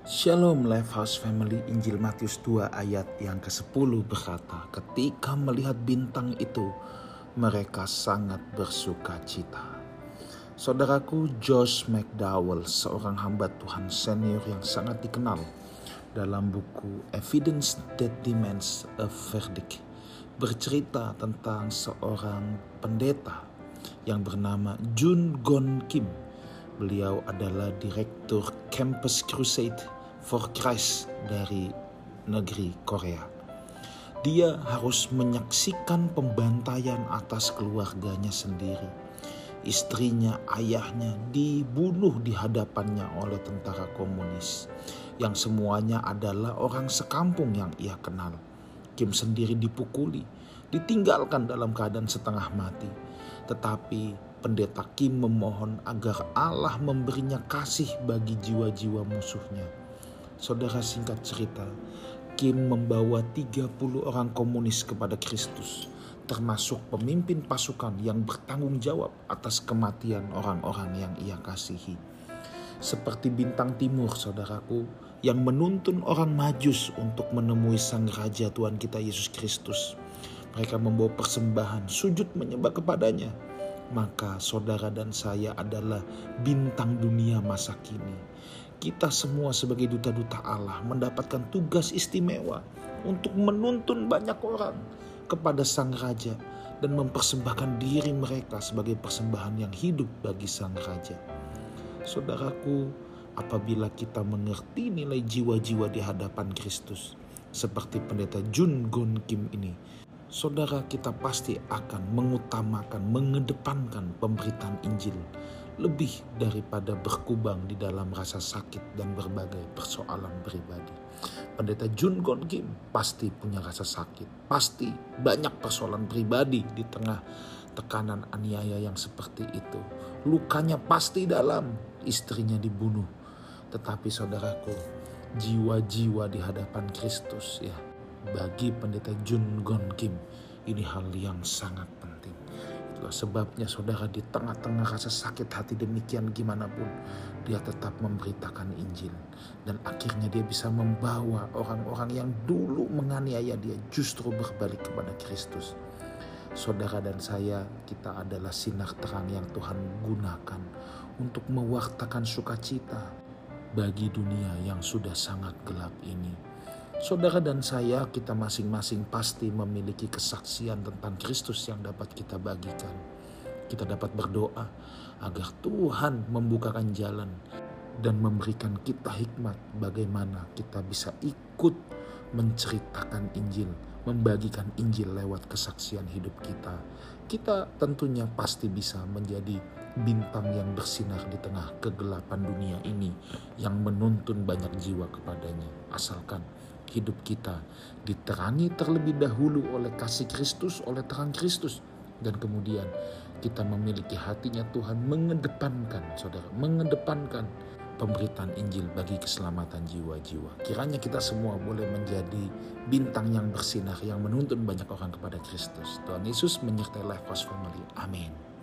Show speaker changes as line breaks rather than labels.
Shalom Lifehouse Family. Injil Matius 2 ayat yang ke-10 berkata, ketika melihat bintang itu, mereka sangat bersuka cita. Saudaraku, Josh McDowell, seorang hamba Tuhan senior yang sangat dikenal, dalam buku Evidence That Demands a Verdict, bercerita tentang seorang pendeta yang bernama Jun Gon Kim. Beliau adalah direktur Campus Crusade for Christ dari negeri Korea. Dia harus menyaksikan pembantaian atas keluarganya sendiri. Istrinya, ayahnya dibunuh di hadapannya oleh tentara komunis, yang semuanya adalah orang sekampung yang ia kenal. Kim sendiri dipukuli, ditinggalkan dalam keadaan setengah mati. Tetapi pendeta Kim memohon agar Allah memberinya kasih bagi jiwa-jiwa musuhnya. Saudara, singkat cerita, Kim membawa 30 orang komunis kepada Kristus, termasuk pemimpin pasukan yang bertanggung jawab atas kematian orang-orang yang ia kasihi. Seperti bintang timur, saudaraku, yang menuntun orang Majus untuk menemui Sang Raja Tuhan kita Yesus Kristus. Mereka membawa persembahan, sujud menyembah kepadanya. Maka saudara dan saya adalah bintang dunia masa kini. Kita semua sebagai duta-duta Allah mendapatkan tugas istimewa untuk menuntun banyak orang kepada Sang Raja dan mempersembahkan diri mereka sebagai persembahan yang hidup bagi Sang Raja. Saudaraku, apabila kita mengerti nilai jiwa-jiwa di hadapan Kristus, seperti pendeta Jun Gon Kim ini, saudara, kita pasti akan mengutamakan, mengedepankan pemberitaan Injil lebih daripada berkubang di dalam rasa sakit dan berbagai persoalan pribadi. Pendeta Jun Gon Kim pasti punya rasa sakit, pasti banyak persoalan pribadi di tengah tekanan aniaya yang seperti itu. Lukanya pasti dalam, istrinya dibunuh. Tetapi saudaraku, jiwa-jiwa di hadapan Kristus, ya, bagi pendeta Jun Gon Kim ini hal yang sangat penting. Itulah sebabnya saudara, di tengah-tengah rasa sakit hati demikian gimana pun, dia tetap memberitakan Injil. Dan akhirnya dia bisa membawa orang-orang yang dulu menganiaya dia justru berbalik kepada Kristus. Saudara dan saya, kita adalah sinar terang yang Tuhan gunakan untuk mewartakan sukacita bagi dunia yang sudah sangat gelap ini. Saudara dan saya, kita masing-masing pasti memiliki kesaksian tentang Kristus yang dapat kita bagikan. Kita dapat berdoa agar Tuhan membukakan jalan dan memberikan kita hikmat bagaimana kita bisa ikut menceritakan Injil, membagikan Injil lewat kesaksian hidup kita. Kita tentunya pasti bisa menjadi bintang yang bersinar di tengah kegelapan dunia ini yang menuntun banyak jiwa kepadanya. Asalkan hidup kita diterangi terlebih dahulu oleh kasih Kristus, oleh terang Kristus. Dan kemudian kita memiliki hatinya Tuhan mengedepankan, saudara, mengedepankan pemberitaan Injil bagi keselamatan jiwa-jiwa. Kiranya kita semua boleh menjadi bintang yang bersinar, yang menuntun banyak orang kepada Kristus. Tuhan Yesus menyertai Lifehouse Family. Amin.